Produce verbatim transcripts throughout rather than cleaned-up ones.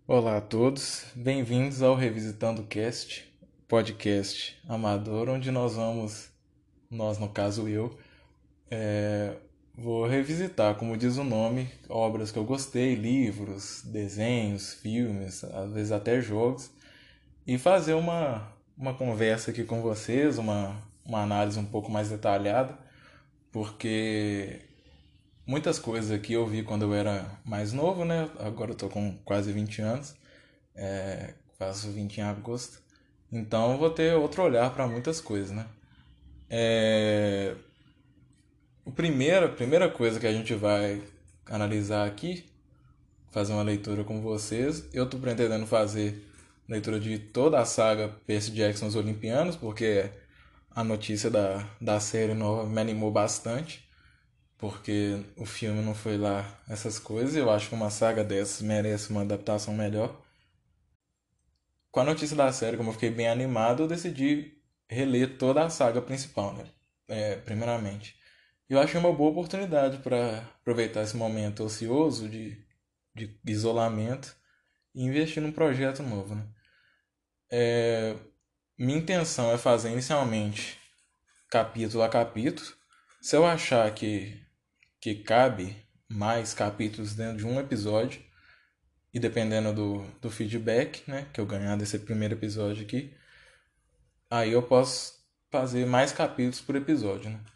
Olá a todos, bem-vindos ao Revisitando Cast, podcast amador, onde nós vamos, nós no caso eu, é, vou revisitar, como diz o nome, obras que eu gostei, livros, desenhos, filmes, às vezes até jogos, e fazer uma, uma conversa aqui com vocês, uma, uma análise um pouco mais detalhada, porque muitas coisas aqui eu vi quando eu era mais novo, né? Agora eu tô com quase vinte anos. É, faço vinte em agosto. Então eu vou ter outro olhar para muitas coisas, né? É, o primeiro, a primeira coisa que a gente vai analisar aqui, fazer uma leitura com vocês. Eu tô pretendendo fazer leitura de toda a saga Percy Jackson Os Olimpianos, porque a notícia da, da série nova me animou bastante, porque o filme não foi lá essas coisas. Eu acho que uma saga dessas merece uma adaptação melhor. Com a notícia da série, como eu fiquei bem animado, eu decidi reler toda a saga principal, né? É, primeiramente. Eu achei uma boa oportunidade para aproveitar esse momento ocioso de, de isolamento e investir num projeto novo, né? É, minha intenção é fazer inicialmente capítulo a capítulo. Se eu achar que, que cabe mais capítulos dentro de um episódio, e dependendo do, do feedback, né, que eu ganhar desse primeiro episódio aqui, aí eu posso fazer mais capítulos por episódio, né?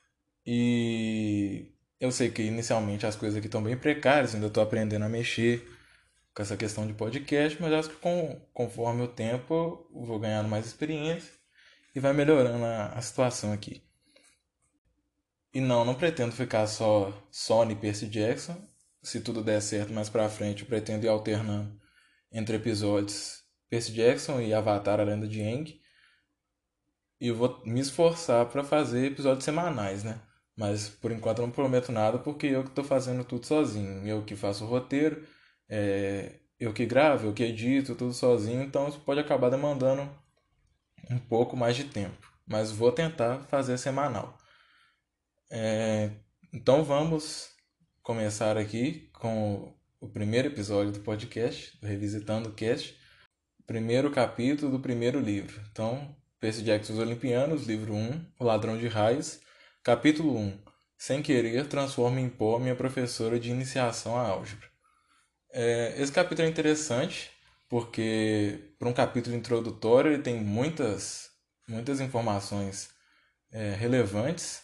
E eu sei que inicialmente as coisas aqui estão bem precárias, ainda estou aprendendo a mexer com essa questão de podcast, mas acho que com, conforme o tempo eu vou ganhando mais experiência e vai melhorando a, a situação aqui. E não, não pretendo ficar só só no Percy Jackson. Se tudo der certo mais pra frente, eu pretendo ir alternando entre episódios Percy Jackson e Avatar A Lenda de Aang. E eu vou me esforçar para fazer episódios semanais, né? Mas por enquanto eu não prometo nada porque eu que estou fazendo tudo sozinho. Eu que faço o roteiro, é, eu que gravo, eu que edito tudo sozinho, então isso pode acabar demandando um pouco mais de tempo. Mas vou tentar fazer semanal. É, então vamos começar aqui com o primeiro episódio do podcast, do Revisitando o Cast. Primeiro capítulo do primeiro livro. Então, Percy Jackson Os Olimpianos, livro um, O Ladrão de Raios. Capítulo um. Sem querer, transforma em pó minha professora de iniciação à álgebra. É, esse capítulo é interessante porque, para um capítulo introdutório, ele tem muitas, muitas informações é, relevantes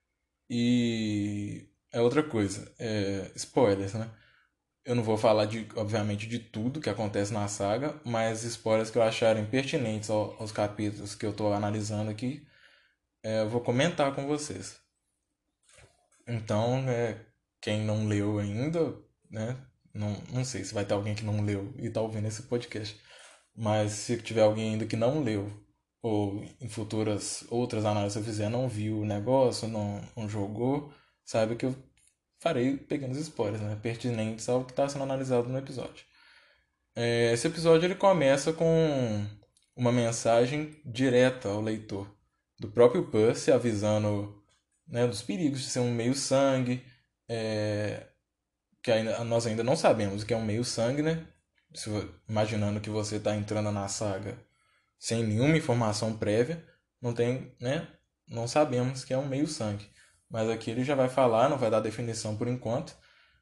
e é outra coisa, é, spoilers, né? Eu não vou falar, de, obviamente, de tudo que acontece na saga, mas spoilers que eu acharem pertinentes aos capítulos que eu estou analisando aqui, é, eu vou comentar com vocês. Então, é, quem não leu ainda, né? Não, não sei se vai ter alguém que não leu e está ouvindo esse podcast, mas se tiver alguém ainda que não leu, ou em futuras outras análises que eu fizer, não viu o negócio, não, não jogou, saiba que eu farei pequenos spoilers, né? Pertinentes ao que está sendo analisado no episódio. Esse episódio ele começa com uma mensagem direta ao leitor, do próprio Percy avisando, né, dos perigos de ser um meio-sangue, é, que ainda, nós ainda não sabemos o que é um meio-sangue, né? Se, imaginando que você está entrando na saga sem nenhuma informação prévia, não tem, né? Não sabemos que é um meio-sangue. Mas aqui ele já vai falar, não vai dar definição por enquanto,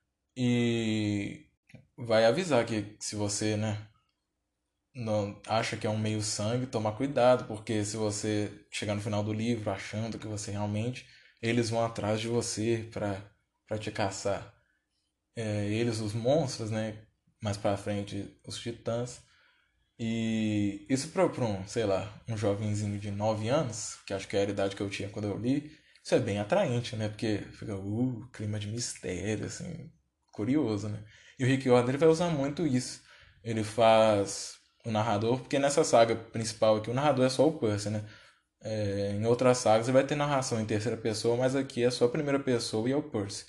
e vai avisar que se você, né, não acha que é um meio sangue, tomar cuidado, porque se você chegar no final do livro achando que você realmente, eles vão atrás de você para para te caçar. É, eles, os monstros, né? Mais para frente, os titãs. E isso para um, sei lá, um jovenzinho de nove anos, que acho que é a idade que eu tinha quando eu li, isso é bem atraente, né? Porque fica, uh, clima de mistério, assim, curioso, né? E o Rick Riordan ele vai usar muito isso. Ele faz o narrador, porque nessa saga principal aqui o narrador é só o Percy, né? É, em outras sagas ele vai ter narração em terceira pessoa, mas aqui é só a primeira pessoa e é o Percy.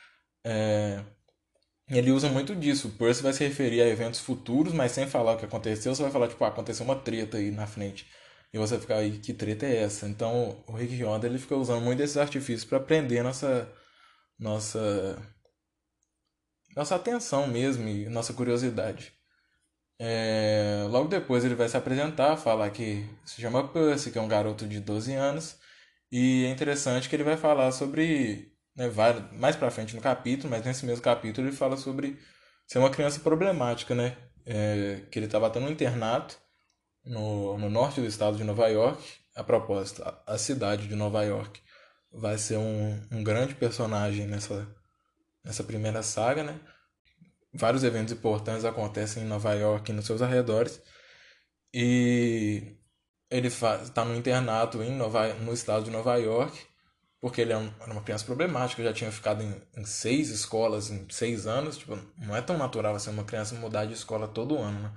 Ele usa muito disso. O Percy vai se referir a eventos futuros, mas sem falar o que aconteceu. Você vai falar, tipo, ah, aconteceu uma treta aí na frente. E você vai ficar aí, que treta é essa? Então, o Rick Riordan, ele fica usando muito desses artifícios para prender nossa, nossa, nossa atenção mesmo e nossa curiosidade. É, logo depois ele vai se apresentar, falar que se chama Percy, que é um garoto de doze anos, e é interessante que ele vai falar sobre, né, vai, mais pra frente no capítulo, mas nesse mesmo capítulo ele fala sobre ser uma criança problemática, né? É, que ele estava tendo um internato no, no norte do estado de Nova York. A propósito, a, a cidade de Nova York vai ser um, um grande personagem nessa, nessa primeira saga, né? Vários eventos importantes acontecem em Nova York e nos seus arredores. E ele está no internato em Nova, no estado de Nova York, porque ele é um- era uma criança problemática, já tinha ficado em, em seis escolas em seis anos. Tipo, não é tão natural assim uma criança mudar de escola todo ano, né?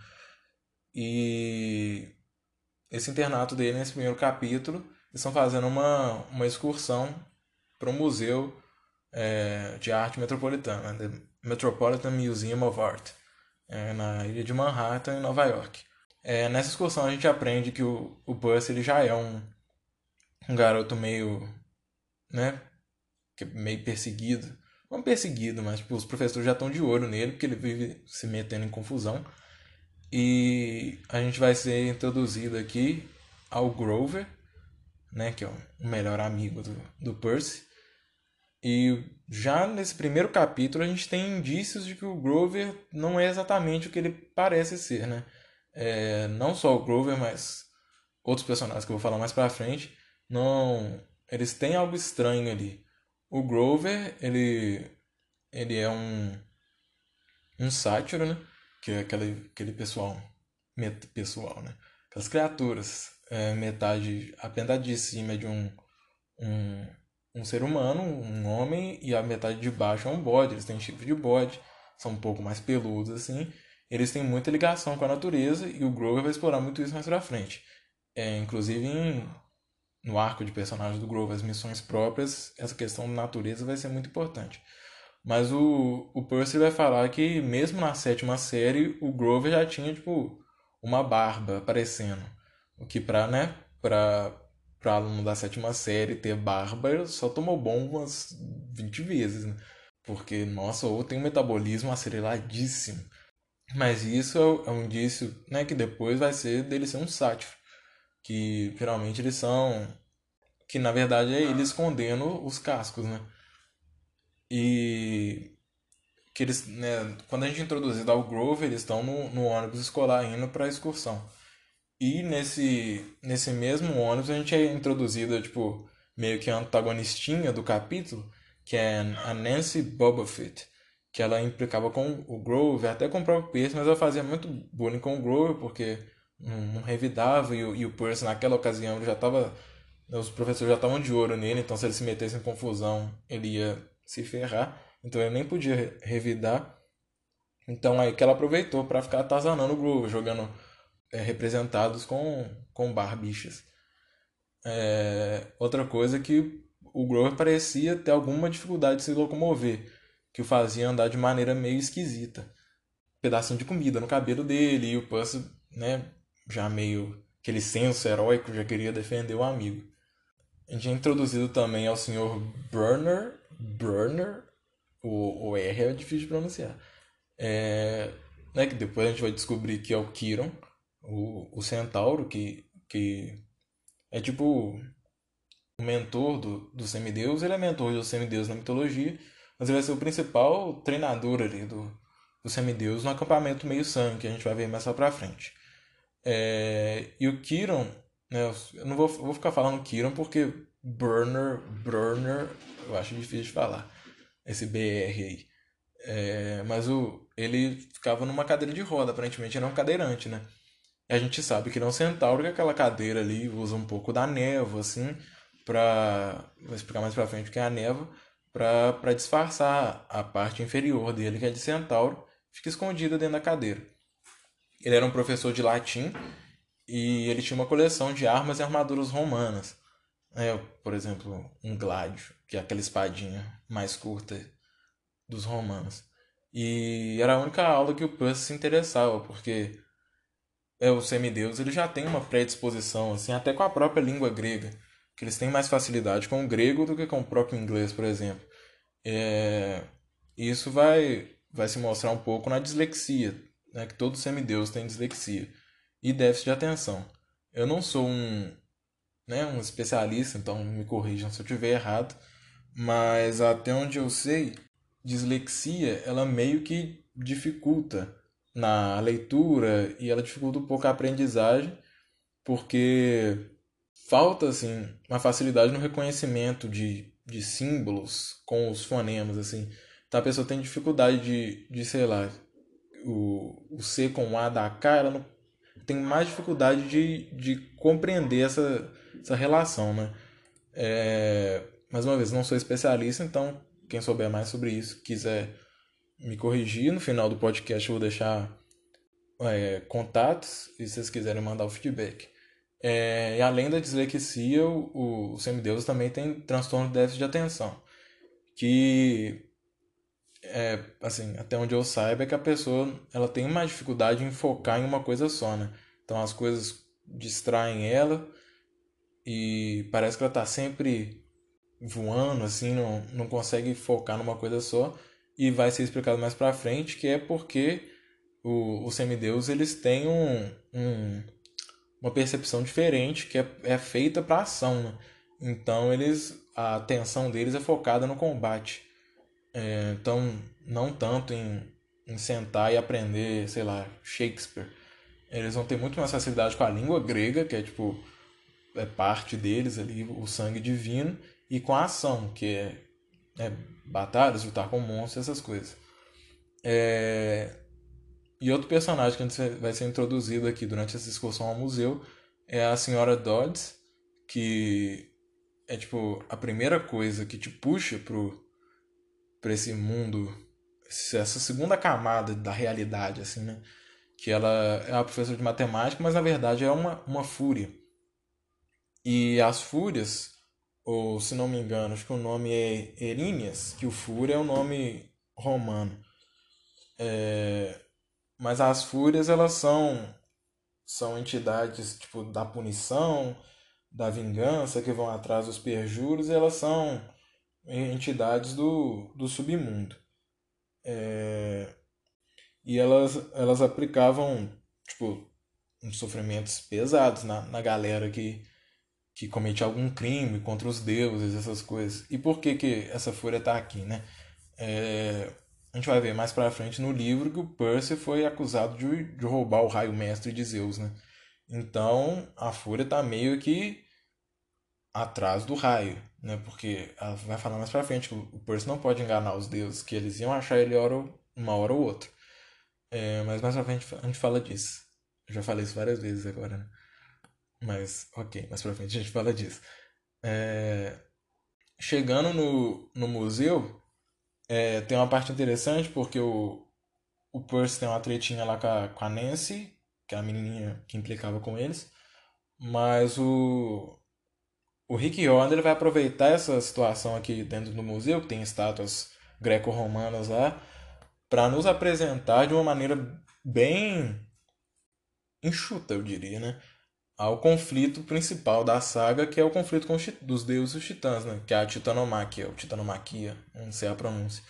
E esse internato dele, nesse primeiro capítulo, eles estão fazendo uma, uma excursão para o Museu é, de Arte Metropolitana, The Metropolitan Museum of Art, é, na ilha de Manhattan, em Nova York. É, nessa excursão a gente aprende que o, o Percy ele já é um, um garoto meio, né, que é meio perseguido. Não perseguido, mas tipo, os professores já estão de olho nele, porque ele vive se metendo em confusão. E a gente vai ser introduzido aqui ao Grover, né, que é o melhor amigo do, do Percy. E já nesse primeiro capítulo a gente tem indícios de que o Grover não é exatamente o que ele parece ser, né? É, não só o Grover, mas outros personagens que eu vou falar mais pra frente, não, eles têm algo estranho ali. O Grover, ele ele é um um sátiro, né? Que é aquele aquele pessoal, met, pessoal, né? Aquelas criaturas, é, metade, a metade de cima é de um um, um ser humano, um homem, e a metade de baixo é um bode. Eles têm chifre de bode, são um pouco mais peludos assim. Eles têm muita ligação com a natureza e o Grover vai explorar muito isso mais pra frente. É, inclusive em, no arco de personagens do Grover, as missões próprias, essa questão da natureza vai ser muito importante. Mas o, o Percy vai falar que mesmo na sétima série, o Grover já tinha, tipo, uma barba aparecendo. O que pra, né, pra, pra aluno da sétima série ter barba, ele só tomou bomba umas vinte vezes, né? Porque, nossa, ou tem um metabolismo aceleradíssimo. Mas isso é um é um indício, né, que depois vai ser dele ser um sátiro. Que geralmente eles são... Que na verdade é ele escondendo os cascos, né? E que eles, né, quando a gente é introduzido ao Groove, eles estão no, no ônibus escolar indo para a excursão. E nesse, nesse mesmo ônibus a gente é introduzido, tipo, meio que a antagonistinha do capítulo, que é a Nancy Bobofit, que ela implicava com o Groove, até com o próprio Percy, mas ela fazia muito bullying com o Groove, porque não, não revidava, e, o- e o Percy naquela ocasião ele já estava, os professores já estavam de olho nele, então se ele se metesse em confusão, ele ia se ferrar, então ele nem podia re- revidar. Então aí que ela aproveitou para ficar atazanando o Groove, jogando é, representados com, com barbichas. É, outra coisa é que o Grover parecia ter alguma dificuldade de se locomover, que o fazia andar de maneira meio esquisita. Pedacinho de comida no cabelo dele, e o Puss, né, já meio aquele senso heróico, já queria defender o amigo. A gente é introduzido também ao senhor Burner, Burner, o, o R é difícil de pronunciar. É, né, que depois a gente vai descobrir que é o Kiron, o, o centauro, que, que é tipo o mentor do, do semideus. Ele é mentor do semideus na mitologia, mas ele vai ser o principal treinador ali do, do semideus no acampamento meio sangue, que a gente vai ver mais lá pra frente. É, e o Kiron, né, eu não vou, eu vou ficar falando Kiron porque Burner, Burner, eu acho difícil de falar, esse B R aí. É, mas o, ele ficava numa cadeira de roda, aparentemente ele é um cadeirante, né? E a gente sabe que ele é um centauro, que aquela cadeira ali usa um pouco da névoa, assim, pra. Vou explicar mais pra frente o que é a névoa, pra, pra disfarçar a parte inferior dele, que é de centauro, fica escondida dentro da cadeira. Ele era um professor de latim e ele tinha uma coleção de armas e armaduras romanas. É, por exemplo, um gládio, que é aquela espadinha mais curta dos romanos. E era a única aula que o Percy se interessava, porque é, os semideus ele já tem uma predisposição, assim, até com a própria língua grega, que eles têm mais facilidade com o grego do que com o próprio inglês, por exemplo. É, isso vai, vai se mostrar um pouco na dislexia. né, que todo semideus tem dislexia e déficit de atenção. Eu não sou um, né, um especialista, então me corrijam se eu estiver errado, mas até onde eu sei, dislexia ela meio que dificulta na leitura e ela dificulta um pouco a aprendizagem, porque falta assim uma facilidade no reconhecimento de, de símbolos com os fonemas assim. Então a pessoa tem dificuldade de, de sei lá, o, o C com o A da K, ela não tem mais dificuldade de, de compreender essa, essa relação, né? É, mais uma vez, não sou especialista, então quem souber mais sobre isso, quiser me corrigir, no final do podcast eu vou deixar é, contatos, e se vocês quiserem mandar o feedback. É, e além da dislexia, o, o semideus também tem transtorno de déficit de atenção, que é, assim, até onde eu saiba é que a pessoa ela tem mais dificuldade em focar em uma coisa só, né? Então as coisas distraem ela e parece que ela tá sempre voando, assim, não, não consegue focar numa coisa só. E vai ser explicado mais pra frente que é porque o, os semideus eles têm um, um, uma percepção diferente que é, é feita para ação, né? Então eles a atenção deles é focada no combate. É, então não tanto em, em sentar e aprender, sei lá, Shakespeare. Eles vão ter muito mais facilidade com a língua grega, que é tipo é parte deles ali, o sangue divino, e com a ação, que é, é batalhas, lutar com monstros, essas coisas. É, e outro personagem que a gente vai ser introduzido aqui durante essa excursão ao museu é a Senhora Dodds, que é tipo a primeira coisa que te puxa pro, pra esse mundo, essa segunda camada da realidade, assim, né? Que ela é uma professora de matemática, mas na verdade é uma, uma fúria. E as fúrias, ou se não me engano, acho que o nome é Eríneas, que o fúria é o nome romano. Mas as fúrias, elas são são entidades tipo da punição, da vingança, que vão atrás dos perjuros, e elas são entidades do, do submundo. E elas, elas aplicavam tipo uns sofrimentos pesados na, na galera que, que comete algum crime contra os deuses, essas coisas. E por que, que essa fúria está aqui, né? É, a gente vai ver mais pra frente no livro que o Percy foi acusado de, de roubar o raio mestre de Zeus, né? Então a Fúria tá meio que atrás do raio, né? Porque ela vai falar mais pra frente que o Percy não pode enganar os deuses, que eles iam achar ele hora, uma hora ou outra. É, mas mais pra frente a gente fala disso. Eu já falei isso várias vezes agora, né? Mas, ok, mais pra frente a gente fala disso. É, chegando no, no museu, é, tem uma parte interessante porque o, o Percy tem uma tretinha lá com a, com a Nancy, que é a menininha que implicava com eles. Mas o, o Rick Riordan ele vai aproveitar essa situação aqui dentro do museu, que tem estátuas greco-romanas lá, para nos apresentar de uma maneira bem enxuta, eu diria, né? Ao conflito principal da saga, que é o conflito com os, dos deuses e os titãs, né? Que é a Titanomáquia, ou Titanomaquia, não sei a pronúncia.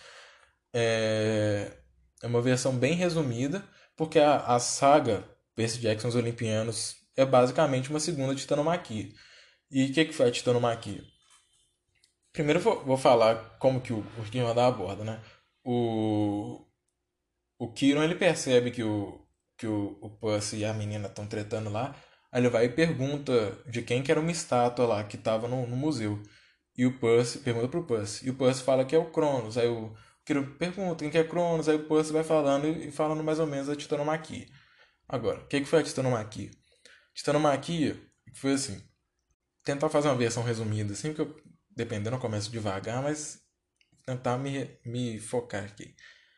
É, é uma versão bem resumida, porque a, a saga Percy Jackson e os Olimpianos é basicamente uma segunda Titanomaquia. E o que, que foi a Titanomaquia? Primeiro eu vou, vou falar como que o, o Kiron aborda, né? O, o Kiron ele percebe que o, que o, o Percy e a menina estão tretando lá. Aí ele vai e pergunta de quem que era uma estátua lá que estava no, no museu. E o Percy pergunta pro Percy. E o Percy fala que é o Cronos. Aí o Kiron pergunta quem que é Cronos. Aí o Percy vai falando e falando mais ou menos a Titanomaquia. Agora, o que, que foi a Titanomaquia? Titanomaquia foi assim. Tentar fazer uma versão resumida, assim, porque eu, dependendo, eu começo devagar, mas tentar me, me focar aqui.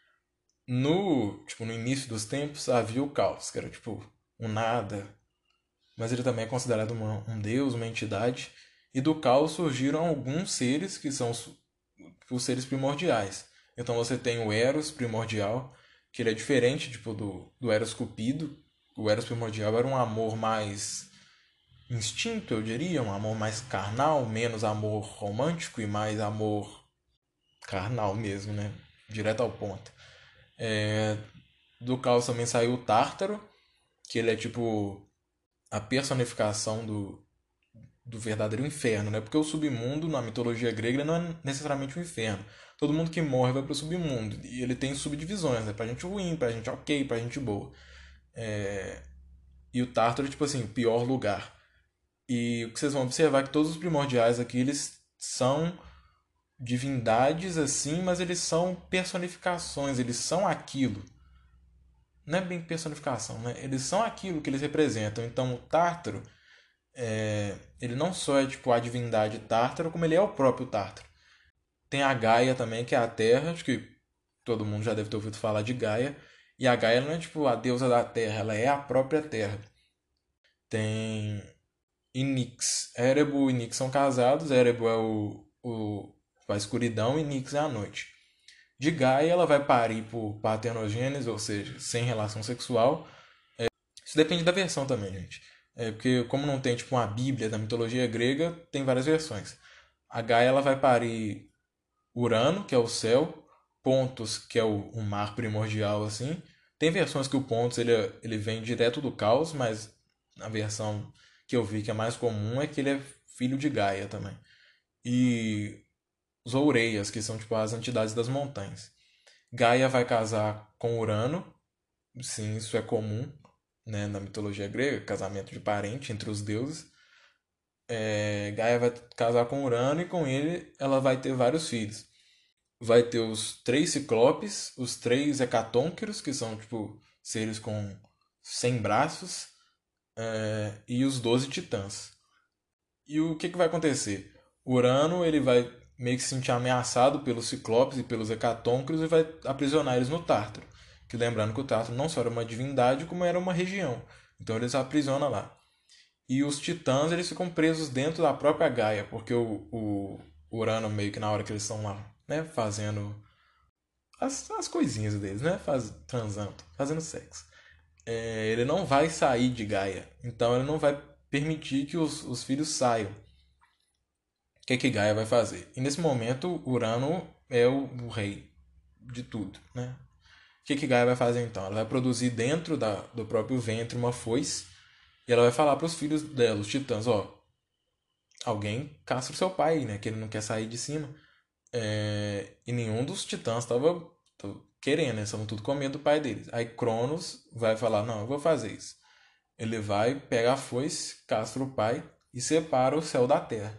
No, tipo, no início dos tempos havia o caos, que era tipo um nada, mas ele também é considerado uma, um deus, uma entidade. E do caos surgiram alguns seres que são os, os seres primordiais. Então você tem o Eros primordial, que ele é diferente tipo, do, do Eros Cupido. O Eros primordial era um amor mais instinto, eu diria, um amor mais carnal, menos amor romântico e mais amor carnal mesmo, né? Direto ao ponto. É, Do caos também saiu o Tártaro, que ele é tipo a personificação do, do verdadeiro inferno, né? Porque o submundo na mitologia grega não é necessariamente um inferno. Todo mundo que morre vai pro submundo. E ele tem subdivisões, né? Pra gente ruim, pra gente ok, pra gente boa. E o Tártaro é tipo assim, o pior lugar. E o que vocês vão observar é que todos os primordiais aqui, eles são divindades assim, mas eles são personificações, eles são aquilo. Não é bem personificação, né? Eles são aquilo que eles representam. Então o Tártaro, é, ele não só é tipo a divindade Tártaro, como ele é o próprio Tártaro. Tem a Gaia também, que é a Terra, acho que todo mundo já deve ter ouvido falar de Gaia. E a Gaia não é tipo a deusa da Terra, ela é a própria Terra. Tem Nix. Erebo e Nix são casados. Erebo é o, o, a escuridão e Nix é a noite. De Gaia, ela vai parir por partenogenes, ou seja, sem relação sexual. Isso depende da versão também, gente. É porque como não tem tipo uma Bíblia da mitologia grega, tem várias versões. A Gaia ela vai parir Urano, que é o céu, Pontos, que é o, o mar primordial assim. Tem versões que o Pontos ele, ele vem direto do caos, mas a versão que eu vi que é mais comum é que ele é filho de Gaia também. E os Oureias, que são tipo as entidades das montanhas. Gaia vai casar com Urano, sim, isso é comum, né, na mitologia grega, casamento de parente entre os deuses. É, Gaia vai casar com Urano e com ele ela vai ter vários filhos. Vai ter os três ciclopes, os três hecatônquiros, que são tipo seres com cem braços, é, e os doze titãs. E o que, que vai acontecer? Urano ele vai meio que se sentir ameaçado pelos ciclopes e pelos hecatônquiros e vai aprisionar eles no Tártaro. Que lembrando que o Tártaro não só era uma divindade, como era uma região. Então eles aprisionam lá. E os titãs eles ficam presos dentro da própria Gaia, porque o, o Urano meio que na hora que eles estão lá, né, fazendo as, as coisinhas deles, né, faz, transando, fazendo sexo. É, ele não vai sair de Gaia, então ele não vai permitir que os, os filhos saiam. O que é que Gaia vai fazer? E nesse momento, Urano é o, o rei de tudo, né? O que é que Gaia vai fazer então? Ela vai produzir dentro da, do próprio ventre uma foice e ela vai falar para os filhos dela, os titãs, ó, alguém castra o seu pai, né? Que ele não quer sair de cima. É, e nenhum dos titãs estava querendo, né? Estavam tudo com medo do pai deles. Aí Cronos vai falar, não, eu vou fazer isso. Ele vai pegar a foice, castra o pai e separa o céu da terra.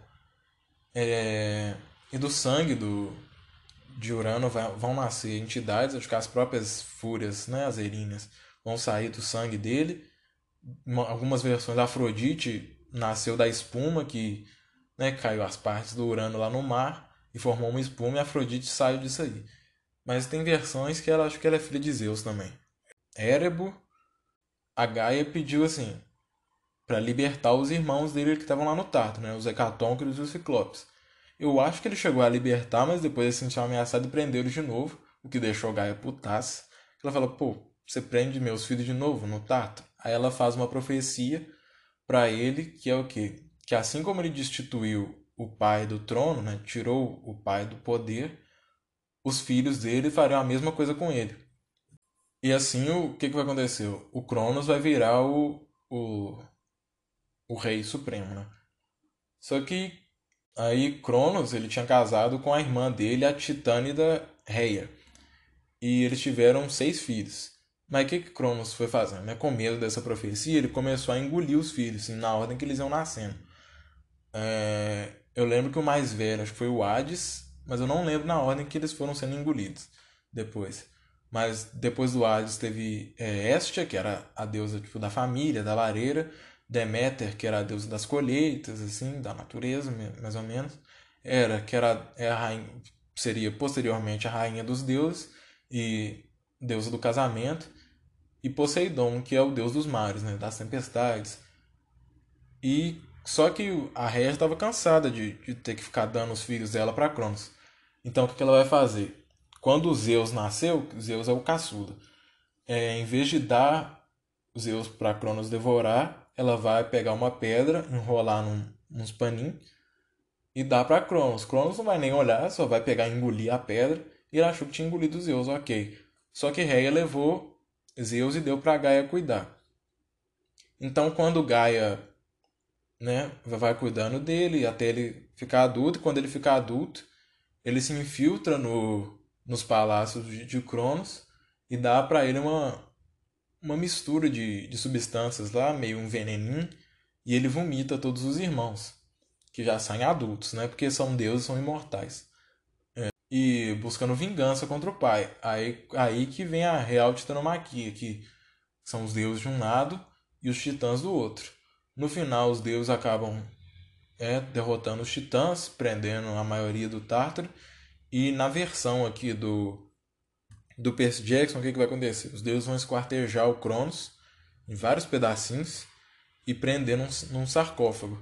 É, e do sangue do, de Urano vai, vão nascer entidades, acho que as próprias fúrias, né, as Erinas, vão sair do sangue dele. Uma, algumas versões, Afrodite nasceu da espuma que, né, caiu as partes do Urano lá no mar e formou uma espuma e Afrodite saiu disso aí. Mas tem versões que ela acho que ela é filha de Zeus também. Érebo, a Gaia pediu assim para libertar os irmãos dele que estavam lá no Tarto, né, os Hecatônquiros e os Ciclopes. Eu acho que ele chegou a libertar, mas depois ele se sentiu ameaçado e prendeu eles de novo, o que deixou Gaia putaça. Ela fala, pô, você prende meus filhos de novo no Tarto? Aí ela faz uma profecia para ele, que é o quê? Que assim como ele destituiu o pai do trono, né, tirou o pai do poder, os filhos dele fariam a mesma coisa com ele. E assim, o que, que vai acontecer? O Cronos vai virar o, o, o rei supremo, né? Só que aí Cronos, ele tinha casado com a irmã dele, a titânida Reia. E eles tiveram seis filhos. Mas o que, que Cronos foi fazendo? Né? Com medo dessa profecia, ele começou a engolir os filhos, assim, na ordem que eles iam nascendo. É, eu lembro que o mais velho acho que foi o Hades, mas eu não lembro na ordem que eles foram sendo engolidos depois. Mas depois do Hades teve é, Hestia, que era a deusa tipo, da família, da lareira. Deméter, que era a deusa das colheitas, assim, da natureza, mais ou menos. Hera, que era, é a rainha, seria posteriormente a rainha dos deuses e deusa do casamento. E Poseidon, que é o deus dos mares, né, das tempestades. E só que a Rhea estava cansada de, de ter que ficar dando os filhos dela para Cronos. Então o que ela vai fazer? Quando Zeus nasceu, Zeus é o caçula. É, em vez de dar Zeus para Cronos devorar, ela vai pegar uma pedra, enrolar num, uns paninhos e dar para Cronos. Cronos não vai nem olhar, só vai pegar e engolir a pedra. E ele achou que tinha engolido Zeus, ok. Só que Rhea levou Zeus e deu para Gaia cuidar. Então, quando Gaia, né, vai cuidando dele até ele ficar adulto, e quando ele ficar adulto, ele se infiltra no, nos palácios de, de Cronos e dá para ele uma, uma mistura de, de substâncias lá, meio um veneninho, e ele vomita todos os irmãos, que já saem adultos, né, porque são deuses, são imortais. E buscando vingança contra o pai. Aí, aí que vem a real titanomaquia, que são os deuses de um lado e os titãs do outro. No final, os deuses acabam é, derrotando os titãs, prendendo a maioria do Tártaro. E na versão aqui do, do Percy Jackson, o que, que vai acontecer? Os deuses vão esquartejar o Cronos em vários pedacinhos e prender num, num sarcófago.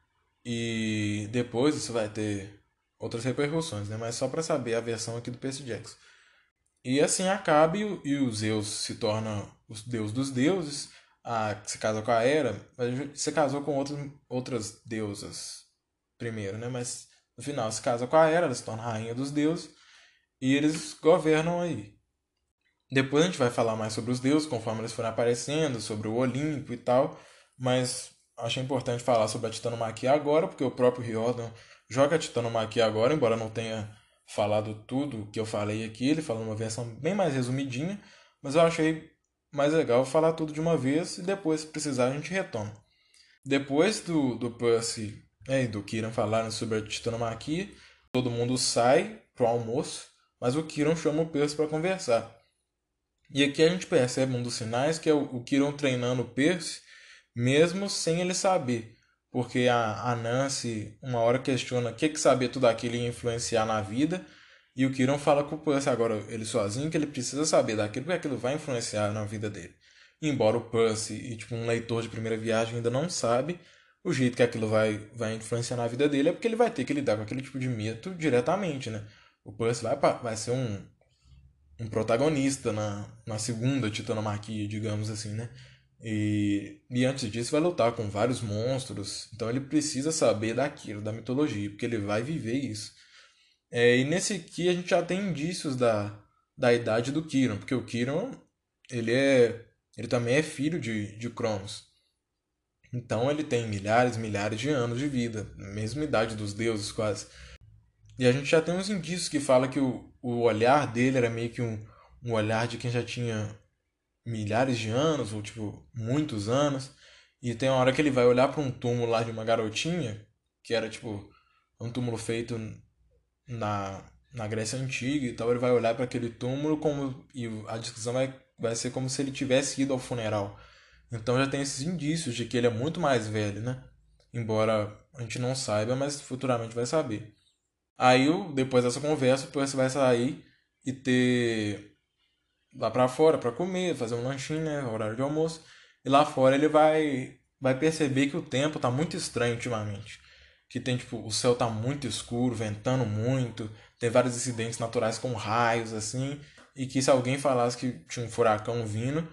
E depois isso vai ter outras repercussões, né? Mas só para saber a versão aqui do Percy Jackson. E assim acaba e o, e o Zeus se torna o deus dos deuses, a, se casa com a Hera, mas se casou com outras, outras deusas primeiro, né? Mas no final se casa com a Hera, ela se torna rainha dos deuses e eles governam aí. Depois a gente vai falar mais sobre os deuses, conforme eles forem aparecendo, sobre o Olimpo e tal, mas acho importante falar sobre a titanomaquia agora, porque o próprio Riordan joga a titanomaquia agora, embora não tenha falado tudo que eu falei aqui, ele falou uma versão bem mais resumidinha, mas eu achei mais legal falar tudo de uma vez e depois, se precisar, a gente retoma. Depois do, do Percy é, e do Kiran falarem sobre a titanomaquia, todo mundo sai pro almoço, mas o Kiran chama o Percy para conversar. E aqui a gente percebe um dos sinais que é o Kiran treinando o Percy, mesmo sem ele saber. Porque a, a Nancy uma hora questiona o que, que saber tudo aquilo ia influenciar na vida. E o Kiran fala com o Percy agora, ele sozinho, que ele precisa saber daquilo, porque aquilo vai influenciar na vida dele. E embora o Percy e tipo, um leitor de primeira viagem ainda não sabe, o jeito que aquilo vai, vai influenciar na vida dele é porque ele vai ter que lidar com aquele tipo de mito diretamente, né? O Percy vai, vai ser um, um protagonista na, na segunda titanomaquia, digamos assim, né? E, e antes disso vai lutar com vários monstros, então ele precisa saber daquilo, da mitologia, porque ele vai viver isso. É, e nesse aqui a gente já tem indícios da, da idade do Kiran, porque o Kiran ele, é, ele também é filho de, de Cronos. Então ele tem milhares e milhares de anos de vida, mesma idade dos deuses quase. E a gente já tem uns indícios que fala que o, o olhar dele era meio que um, um olhar de quem já tinha milhares de anos, ou tipo, muitos anos. E tem uma hora que ele vai olhar para um túmulo lá de uma garotinha, que era tipo um túmulo feito na, na Grécia Antiga e tal. Ele vai olhar para aquele túmulo como, e a descrição vai, vai ser como se ele tivesse ido ao funeral. Então já tem esses indícios de que ele é muito mais velho, né? Embora a gente não saiba, mas futuramente vai saber. Aí, depois dessa conversa, o Percy vai sair e ter lá pra fora pra comer, fazer um lanchinho, né? Horário de almoço. E lá fora ele vai, vai perceber que o tempo tá muito estranho ultimamente. Que tem, tipo, o céu tá muito escuro, ventando muito, tem vários incidentes naturais com raios, assim. E que se alguém falasse que tinha um furacão vindo,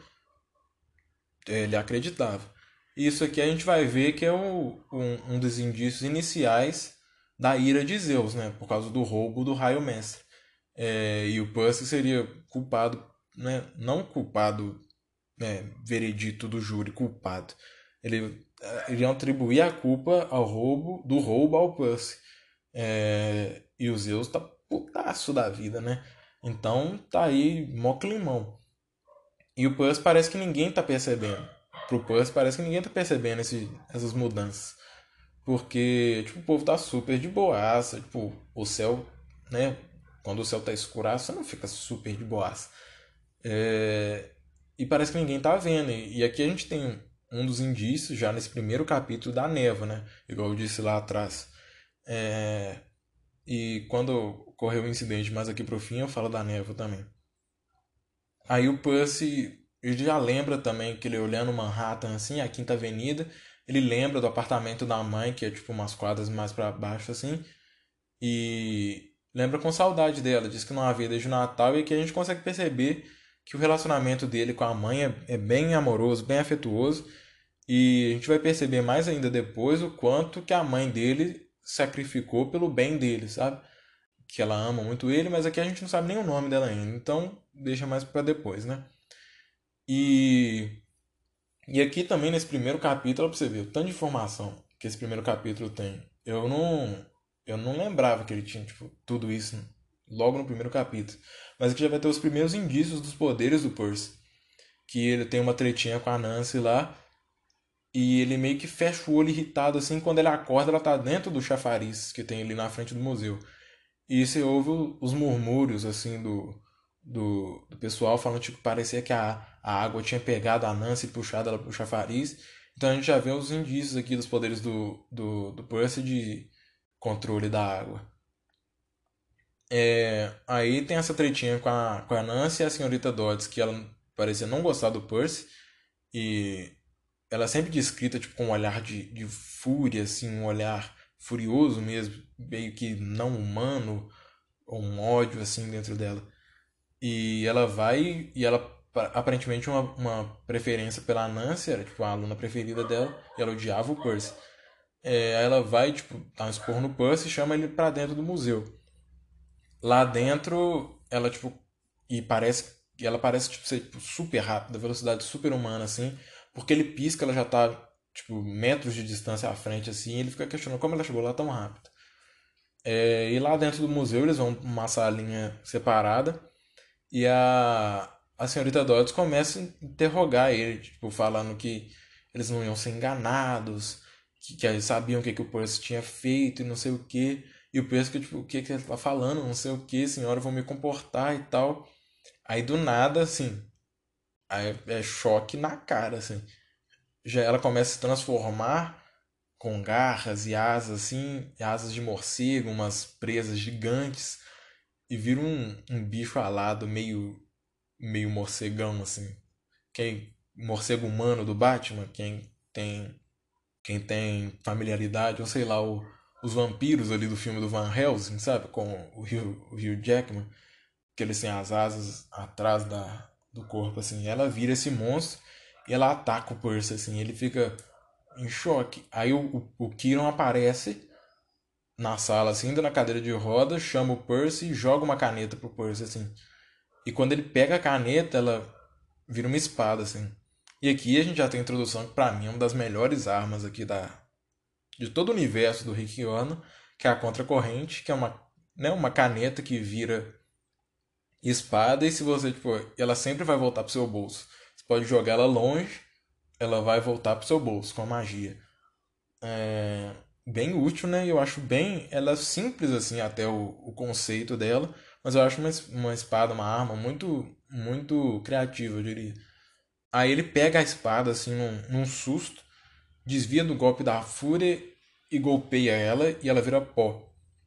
ele acreditava. Isso aqui a gente vai ver que é o, um, um dos indícios iniciais da ira de Zeus, né? Por causa do roubo do raio mestre. É, e o Percy seria culpado, né? Não culpado, né? Veredito do júri, culpado. Ele iriam atribuir a culpa ao roubo, do roubo ao Percy. É, e o Zeus tá putaço da vida, né? Então tá aí mó climão. E o Percy parece que ninguém tá percebendo. Pro Percy parece que ninguém tá percebendo esse, essas mudanças. Porque, tipo, o povo tá super de boaça. Tipo, o céu, né? Quando o céu tá escuraço, você não fica super de boaça. É... E parece que ninguém tá vendo. E aqui a gente tem um dos indícios, já nesse primeiro capítulo, da névoa, né? Igual eu disse lá atrás. É... E quando ocorreu o incidente mais aqui pro fim, eu falo da névoa também. Aí o Percy, ele já lembra também que ele olhando Manhattan, assim, a Quinta Avenida, ele lembra do apartamento da mãe, que é tipo umas quadras mais pra baixo, assim, e lembra com saudade dela. Diz que não havia desde o Natal e que a gente consegue perceber que o relacionamento dele com a mãe é, é bem amoroso, bem afetuoso, e a gente vai perceber mais ainda depois o quanto que a mãe dele sacrificou pelo bem dele, sabe? Que ela ama muito ele, mas aqui a gente não sabe nem o nome dela ainda, então deixa mais para depois, né? E, e aqui também nesse primeiro capítulo, pra você ver o tanto de informação que esse primeiro capítulo tem. Eu não, eu não lembrava que ele tinha tipo, tudo isso logo no primeiro capítulo. Mas aqui já vai ter os primeiros indícios dos poderes do Percy. Que ele tem uma tretinha com a Nancy lá. E ele meio que fecha o olho irritado assim. Quando ele acorda, ela tá dentro do chafariz que tem ali na frente do museu. E você ouve os murmúrios, assim, do, do, do pessoal falando, tipo, parecia que a, a água tinha pegado a Nancy e puxado ela pro chafariz. Então a gente já vê os indícios aqui dos poderes do, do, do Percy de controle da água. É, aí tem essa tretinha com a, com a Nancy e a senhorita Dodds, que ela parecia não gostar do Percy. E ela é sempre descrita, tipo, com um olhar de, de fúria, assim, um olhar furioso mesmo, meio que não humano, um ódio assim dentro dela. E ela vai e ela aparentemente uma, uma preferência pela Nancy, era tipo a aluna preferida dela, e ela odiava o Percy. É, aí ela vai, tipo, dar um esporro no Percy e chama ele pra dentro do museu. Lá dentro, ela, tipo, e parece, e ela parece, tipo, ser tipo, super rápida, velocidade super humana, assim, porque ele pisca, ela já tá, tipo, metros de distância à frente, assim, e ele fica questionando como ela chegou lá tão rápido. É, e lá dentro do museu eles vão pra uma salinha separada e a, a senhorita Dodds começa a interrogar ele, tipo, falando que eles não iam ser enganados, que, que eles sabiam o que, que o Percy tinha feito e não sei o que. E o Percy, que, tipo, o que, que ele tá falando, não sei o que, senhora, eu vou me comportar e tal. Aí do nada, assim, aí é choque na cara, assim. Já ela começa a se transformar com garras e asas assim, e asas de morcego, umas presas gigantes, e vira um, um bicho alado, meio, meio morcegão, assim. Quem, morcego humano do Batman, quem tem, quem tem familiaridade, ou sei lá, o, os vampiros ali do filme do Van Helsing, sabe? Com o Hugh, o Hugh Jackman, que eles têm as asas atrás da, do corpo, assim. Ela vira esse monstro e ela ataca o Percy, assim. Ele fica em choque. Aí o, o, o Kieran aparece na sala, assim, indo na cadeira de rodas, chama o Percy e joga uma caneta pro Percy, assim. E quando ele pega a caneta, ela vira uma espada, assim. E aqui a gente já tem a introdução que pra mim é uma das melhores armas aqui da, de todo o universo do Rick Riordan, que é a contracorrente, que é uma, né, uma caneta que vira espada e se você, tipo, ela sempre vai voltar pro seu bolso. Você pode jogar ela longe, ela vai voltar pro seu bolso com a magia. É bem útil, né? Eu acho bem. Ela é simples, assim, até o, o conceito dela, mas eu acho uma, uma espada, uma arma muito, muito criativa, eu diria. Aí ele pega a espada, assim, num, num susto, desvia do golpe da fúria e golpeia ela e ela vira pó.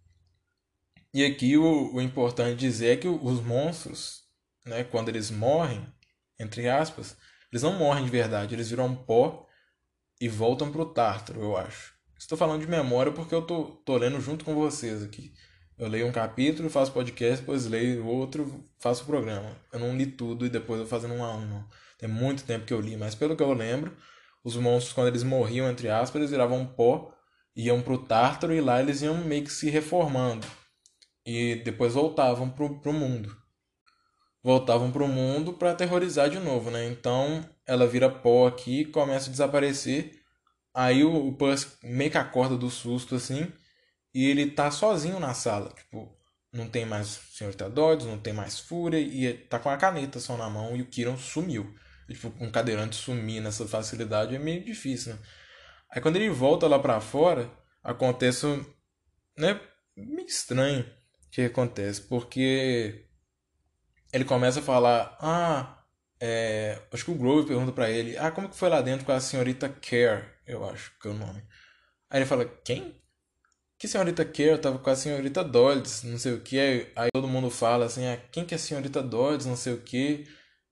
E aqui o, o importante dizer é que os monstros, né, quando eles morrem, entre aspas, eles não morrem de verdade, eles viram pó e voltam pro Tártaro, eu acho. Estou falando de memória porque eu tô, tô lendo junto com vocês aqui. Eu leio um capítulo, faço podcast, depois leio outro, faço o programa. Eu não li tudo e depois eu fazendo um a um, não. Tem muito tempo que eu li, mas pelo que eu lembro, os monstros, quando eles morriam, entre aspas, eles viravam pó, iam pro Tártaro e lá eles iam meio que se reformando. E depois voltavam pro, pro mundo. Voltavam pro mundo para aterrorizar de novo, né? Então ela vira pó aqui, começa a desaparecer. Aí o, o Puss meio que acorda do susto assim, e ele tá sozinho na sala. Tipo, não tem mais senhorita Dodds, não tem mais Fúria, e tá com a caneta só na mão e o Kiron sumiu. E, tipo, um cadeirante sumir nessa facilidade é meio difícil, né? Aí quando ele volta lá pra fora, acontece, um- né, meio estranho que acontece, porque ele começa a falar, ah, é, acho que o Grove pergunta pra ele, ah, como que foi lá dentro com a senhorita Care, eu acho que é o nome. Aí ele fala, quem? Que senhorita Care? Eu tava com a senhorita Dodds, não sei o que. Aí, aí todo mundo fala assim, ah, quem que é a senhorita Dodds, não sei o que.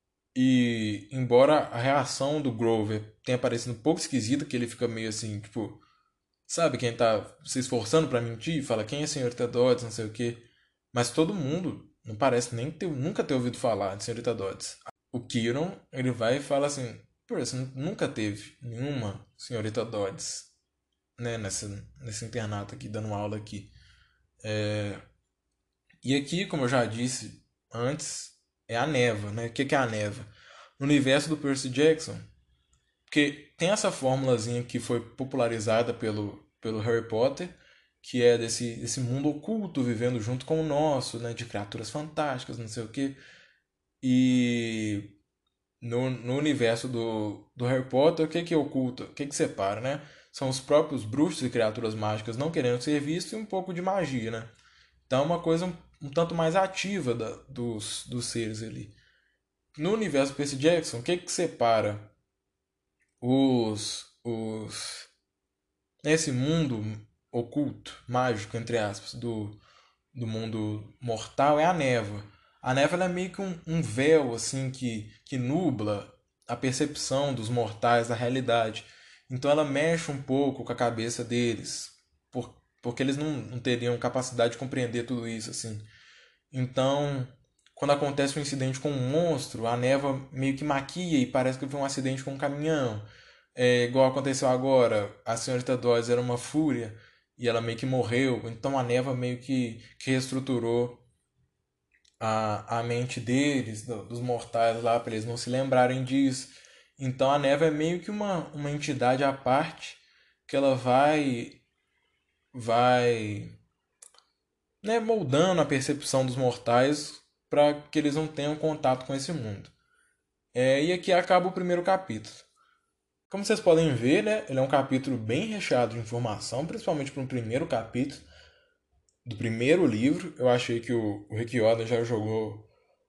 E embora a reação do Grover tenha parecido um pouco esquisita, que ele fica meio assim, tipo, sabe quem tá se esforçando pra mentir? Fala, quem é a senhorita Dodds, não sei o que. Mas todo mundo não parece nem ter, nunca ter ouvido falar de senhorita Dodds. O Kieran, ele vai e fala assim, pô, você nunca teve nenhuma senhorita Dodds, né, nessa, nesse internato aqui, dando aula aqui. E aqui, como eu já disse antes, é a neva, né? O que é a neva? no universo do Percy Jackson, porque tem essa formulazinha que foi popularizada pelo, pelo Harry Potter, que é desse, desse mundo oculto vivendo junto com o nosso, né, de criaturas fantásticas, não sei o quê. E no, no universo do, do Harry Potter, o que que oculta, o que que separa, né? São os próprios bruxos e criaturas mágicas não querendo ser vistos e um pouco de magia, né? Então é uma coisa um, um tanto mais ativa da, dos, dos seres ali. No universo Percy Jackson, o que que separa os, os esse mundo oculto, mágico, entre aspas, do, do mundo mortal é a névoa. A névoa ela é meio que um, um véu assim que, que nubla a percepção dos mortais da realidade. Então ela mexe um pouco com a cabeça deles, por, porque eles não, não teriam capacidade de compreender tudo isso assim. Então, quando acontece um incidente com um monstro, a névoa meio que maquia e parece que foi um acidente com um caminhão. É, igual aconteceu agora, a senhorita Dawes era uma fúria e ela meio que morreu, então a névoa meio que, que reestruturou a, a mente deles, do- dos mortais lá, para eles não se lembrarem disso. Então a névoa é meio que uma, uma entidade à parte que ela vai, vai, né, moldando a percepção dos mortais para que eles não tenham contato com esse mundo. É, e aqui acaba o primeiro capítulo. Como vocês podem ver, né, ele é um capítulo bem recheado de informação, principalmente para um primeiro capítulo do primeiro livro. Eu achei que o, o Rick Riordan já jogou.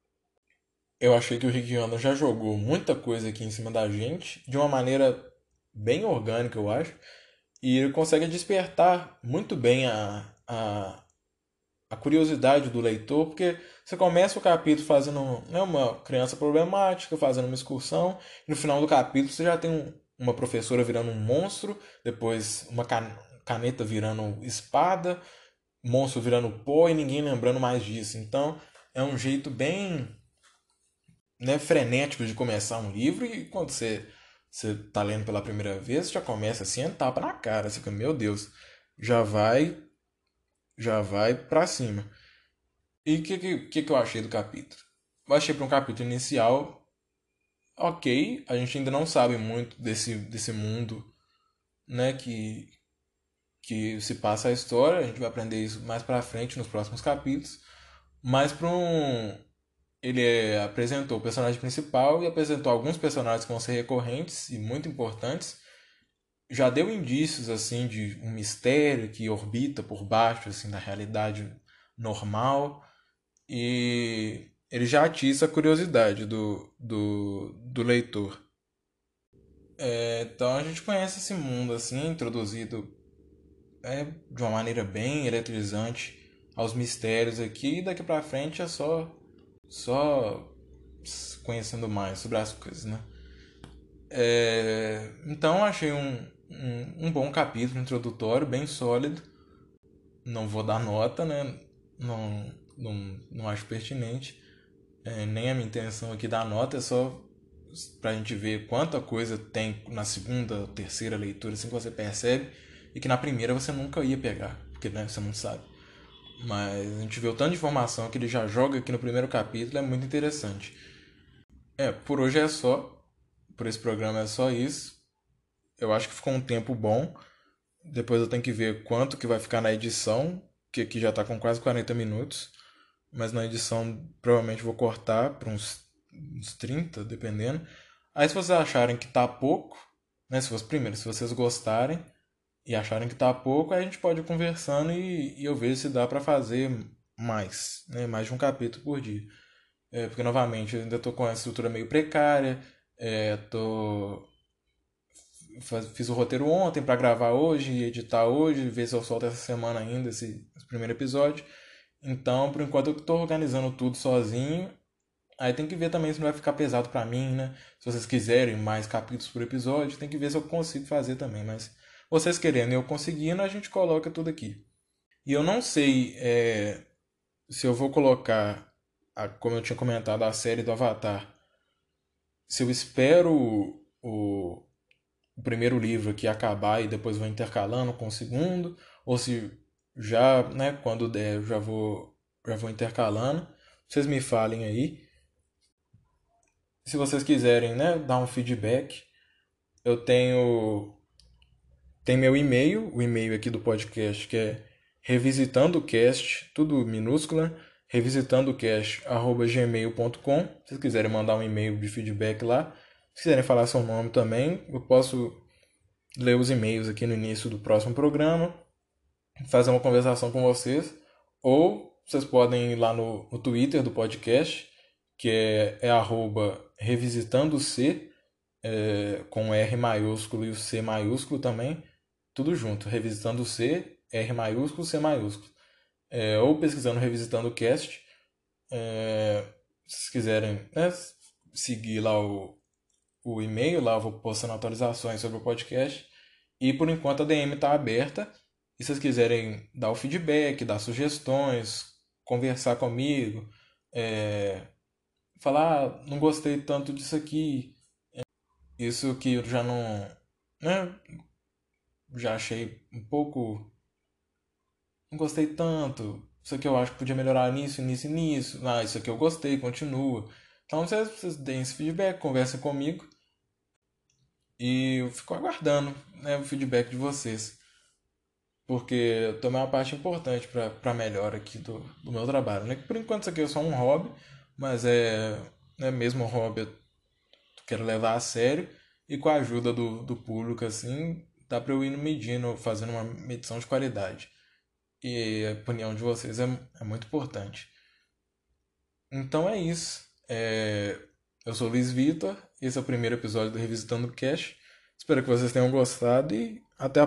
Eu achei que o Rick Riordan já jogou muita coisa aqui em cima da gente, de uma maneira bem orgânica, eu acho. E ele consegue despertar muito bem a, a, a curiosidade do leitor, porque você começa o capítulo fazendo, né, uma criança problemática, fazendo uma excursão, e no final do capítulo você já tem um, uma professora virando um monstro, depois uma caneta virando espada, monstro virando pó e ninguém lembrando mais disso. Então é um jeito bem, né, frenético de começar um livro, e quando você você tá lendo pela primeira vez, já começa assim, a tapa na cara, você fica, meu Deus, já vai, já vai pra cima. E o que, que, que eu achei do capítulo? Eu achei para um capítulo inicial, ok, a gente ainda não sabe muito desse, desse mundo, né, que, que se passa a história, a gente vai aprender isso mais pra frente nos próximos capítulos, mas para um ele é, apresentou o personagem principal e apresentou alguns personagens que vão ser recorrentes e muito importantes. Já deu indícios assim de um mistério que orbita por baixo assim da realidade normal. E ele já atiça a curiosidade do, do, do leitor. É, então a gente conhece esse mundo assim, introduzido, é, de uma maneira bem eletrizante aos mistérios aqui, e daqui pra frente é só, só conhecendo mais sobre as coisas, né? É, então achei um, um, um bom capítulo introdutório, bem sólido. Não vou dar nota, né? Não, não, não acho pertinente. É, nem a minha intenção aqui dar nota, é só pra gente ver quanta coisa tem na segunda, terceira leitura, assim que você percebe, e que na primeira você nunca ia pegar, porque, né, você não sabe. Mas a gente vê o tanto de informação que ele já joga aqui no primeiro capítulo, é muito interessante. É, por hoje é só. Por esse programa é só isso. Eu acho que ficou um tempo bom. Depois eu tenho que ver quanto que vai ficar na edição, que aqui já tá com quase quarenta minutos. Mas na edição provavelmente vou cortar para uns, uns trinta, dependendo. Aí se vocês acharem que tá pouco, né? Se vocês, primeiro, se vocês gostarem e acharem que tá pouco, aí a gente pode ir conversando e, e eu vejo se dá para fazer mais, né? Mais de um capítulo por dia. É, porque novamente eu ainda tô com a estrutura meio precária, é, tô fiz o roteiro ontem para gravar hoje e editar hoje, ver se eu solto essa semana ainda esse, esse primeiro episódio. Então, por enquanto eu tô organizando tudo sozinho. Aí tem que ver também se não vai ficar pesado pra mim, né? Se vocês quiserem mais capítulos por episódio, tem que ver se eu consigo fazer também. Mas vocês querendo e eu conseguindo, a gente coloca tudo aqui. E eu não sei é, se eu vou colocar, a, como eu tinha comentado, a série do Avatar. Se eu espero o, o, o primeiro livro aqui acabar e depois vou intercalando com o segundo, ou se já, né, quando der, eu já vou, já vou intercalando. Vocês me falem aí. Se vocês quiserem, né, dar um feedback, eu tenho tem meu e-mail, o e-mail aqui do podcast, que é revisitandocast, tudo minúscula, revisitandocast arroba gmail ponto com. Se vocês quiserem mandar um e-mail de feedback lá, se quiserem falar seu nome também, eu posso ler os e-mails aqui no início do próximo programa, fazer uma conversação com vocês, ou vocês podem ir lá no, no Twitter do podcast, que é, é arroba revisitando-c, é, com R maiúsculo e o C maiúsculo também, tudo junto, revisitando o C, R maiúsculo, C maiúsculo. É, ou pesquisando Revisitando o Cast. É, se vocês quiserem, né, seguir lá o, o e-mail, lá eu vou postando atualizações sobre o podcast. E por enquanto a D M está aberta. E se vocês quiserem dar o feedback, dar sugestões, conversar comigo, é, falar, ah, não gostei tanto disso aqui, isso que eu já não, né, já achei um pouco, não gostei tanto, isso aqui eu acho que podia melhorar nisso, nisso e nisso, ah, isso aqui eu gostei, continua. Então vocês, vocês deem esse feedback, conversem comigo e eu fico aguardando, né, o feedback de vocês, porque também é uma parte importante para para melhora aqui do, do meu trabalho, né? Por enquanto isso aqui é só um hobby, mas é, né, mesmo um hobby eu quero levar a sério e com a ajuda do, do público assim, dá para eu ir medindo, fazendo uma medição de qualidade. E a opinião de vocês é, é muito importante. Então é isso. É, eu sou o Luiz Vitor, esse é o primeiro episódio do Revisitando o Cash. Espero que vocês tenham gostado e até a